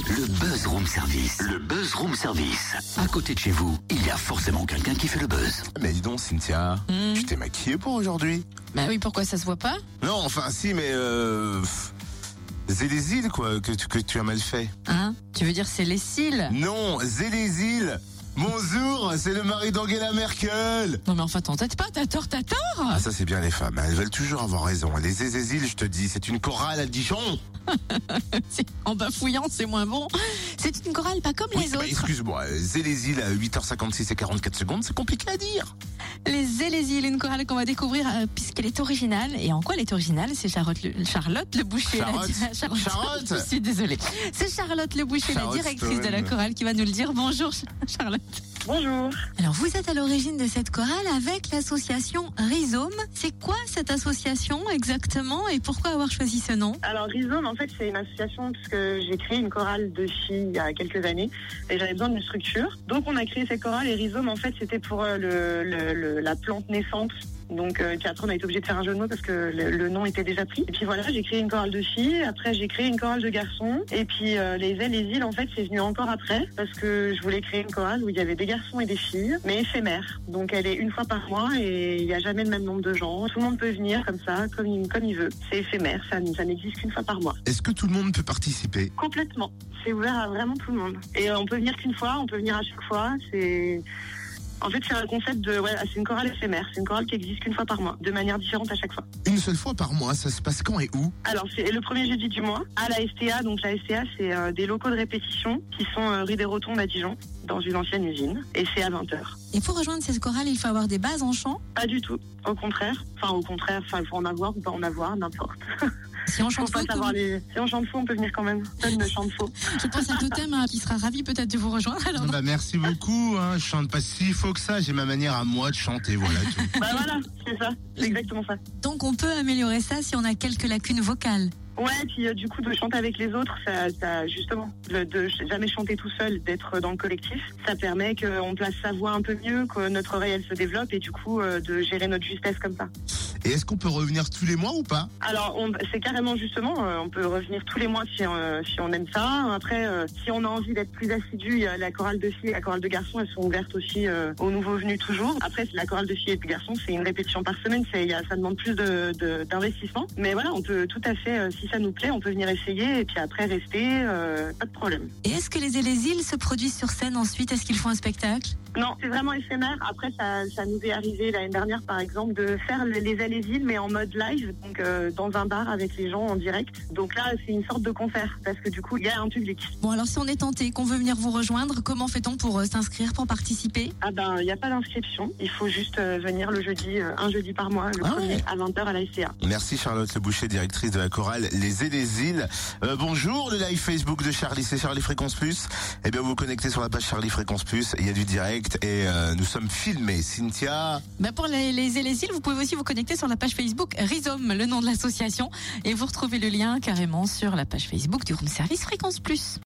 Le Buzz Room Service. Le Buzz Room Service. À côté de chez vous, il y a forcément quelqu'un qui fait le buzz. Mais dis donc, Cynthia, tu t'es maquillée pour aujourd'hui? Bah oui, pourquoi ça se voit pas? Non, enfin si, mais Zélézil, quoi, que tu as mal fait. Hein? Tu veux dire c'est les cils? Non, Zélézil. Bonjour, c'est le mari d'Angela Merkel. Non mais enfin t'entêtes pas, t'as tort. Ah, ça c'est bien les femmes, elles veulent toujours avoir raison. Les Zélézil, je te dis, c'est une chorale à Dijon. En bafouillant, c'est moins bon. C'est une chorale pas comme les Bah, autres. excuse-moi, Zélézil à 8h56 et 44 secondes, c'est compliqué à dire. Les Zélézil, une chorale qu'on va découvrir puisqu'elle est originale. Et en quoi elle est originale? C'est Charlotte Le Boucher. Charlotte. Je suis désolée. C'est Charlotte Le Boucher, la Charlotte directrice de la Stone. chorale, qui va nous le dire. Bonjour Charlotte. Bonjour. Alors vous êtes à l'origine de cette chorale avec l'association Rhizome. C'est quoi cette association exactement et pourquoi avoir choisi ce nom? Alors Rhizome, en fait, c'est une association parce que j'ai créé une chorale de filles il y a quelques années et j'avais besoin d'une structure. Donc on a créé cette chorale et Rhizome, en fait, c'était pour la plante naissante. Donc puis après on a été obligé de faire un jeu de mots parce que le nom était déjà pris. Et puis voilà, j'ai créé une chorale de filles, après j'ai créé une chorale de garçons. Et puis les ailes et les îles, en fait, c'est venu encore après parce que je voulais créer une chorale où il y avait des garçons et des filles, mais éphémère. Donc elle est une fois par mois et il n'y a jamais le même nombre de gens. Tout le monde peut venir comme ça, comme il veut. C'est éphémère, ça n'existe qu'une fois par mois. Est-ce que tout le monde peut participer? Complètement. C'est ouvert à vraiment tout le monde. Et on peut venir qu'une fois, on peut venir à chaque fois. En fait, c'est un concept c'est une chorale éphémère. C'est une chorale qui existe qu'une fois par mois, de manière différente à chaque fois. Une seule fois par mois, ça se passe quand et où? Alors, c'est le premier jeudi du mois, à la STA. Donc, la STA, c'est des locaux de répétition qui sont rue des Rotondes à Dijon, dans une ancienne usine. Et c'est à 20h. Et pour rejoindre cette chorale, il faut avoir des bases en chant. Pas du tout. Au contraire, il faut en avoir ou pas en avoir, n'importe. Si on chante Faut pas faux, savoir Si on chante faux, on peut venir quand même. Personne ne chante faux. je pense à Totem qui sera ravi peut-être de vous rejoindre. Alors, Bah merci beaucoup, je chante pas si faux que ça, j'ai ma manière à moi de chanter, voilà tout. Bah voilà, c'est ça. C'est exactement ça. donc on peut améliorer ça si on a quelques lacunes vocales. Ouais, puis du coup de chanter avec les autres, ça justement, de jamais chanter tout seul, d'être dans le collectif, ça permet qu'on place sa voix un peu mieux, que notre oreille elle se développe et du coup de gérer notre justesse comme ça. Et est-ce qu'on peut revenir tous les mois ou pas? Alors c'est carrément justement, on peut revenir tous les mois si on aime ça. Après, si on a envie d'être plus assidu, il y a la chorale de filles et la chorale de garçons, elles sont ouvertes aussi aux nouveaux venus toujours. Après, la chorale de filles et de garçons, c'est une répétition par semaine, ça demande plus d'investissement. Mais voilà, on peut tout à fait, si ça nous plaît, on peut venir essayer et puis après rester, pas de problème. Et est-ce que les Zélézil se produisent sur scène ensuite? Est-ce qu'ils font un spectacle? Non, c'est vraiment éphémère. Après, ça nous est arrivé l'année dernière, par exemple, de faire les Allées-Îles, mais en mode live, donc dans un bar avec les gens en direct. Donc là, c'est une sorte de concert, parce que du coup, il y a un public. Bon, alors si on est tenté, qu'on veut venir vous rejoindre, comment fait-on pour s'inscrire, pour participer? Ah ben, il n'y a pas d'inscription. Il faut juste venir le jeudi, un jeudi par mois, le premier, à 20h à la SCA. Merci Charlotte Le Boucher, directrice de la chorale Les Zélézil. Bonjour, le live Facebook de Charlie, c'est Charlie Fréquence Plus. Eh bien, vous vous connectez sur la page Charlie Fréquence Plus, il y a du direct et nous sommes filmés. Cynthia? Pour les Zélézil, vous pouvez aussi vous connecter sur la page Facebook Rhizome, le nom de l'association, et vous retrouvez le lien carrément sur la page Facebook du Room Service Fréquence Plus.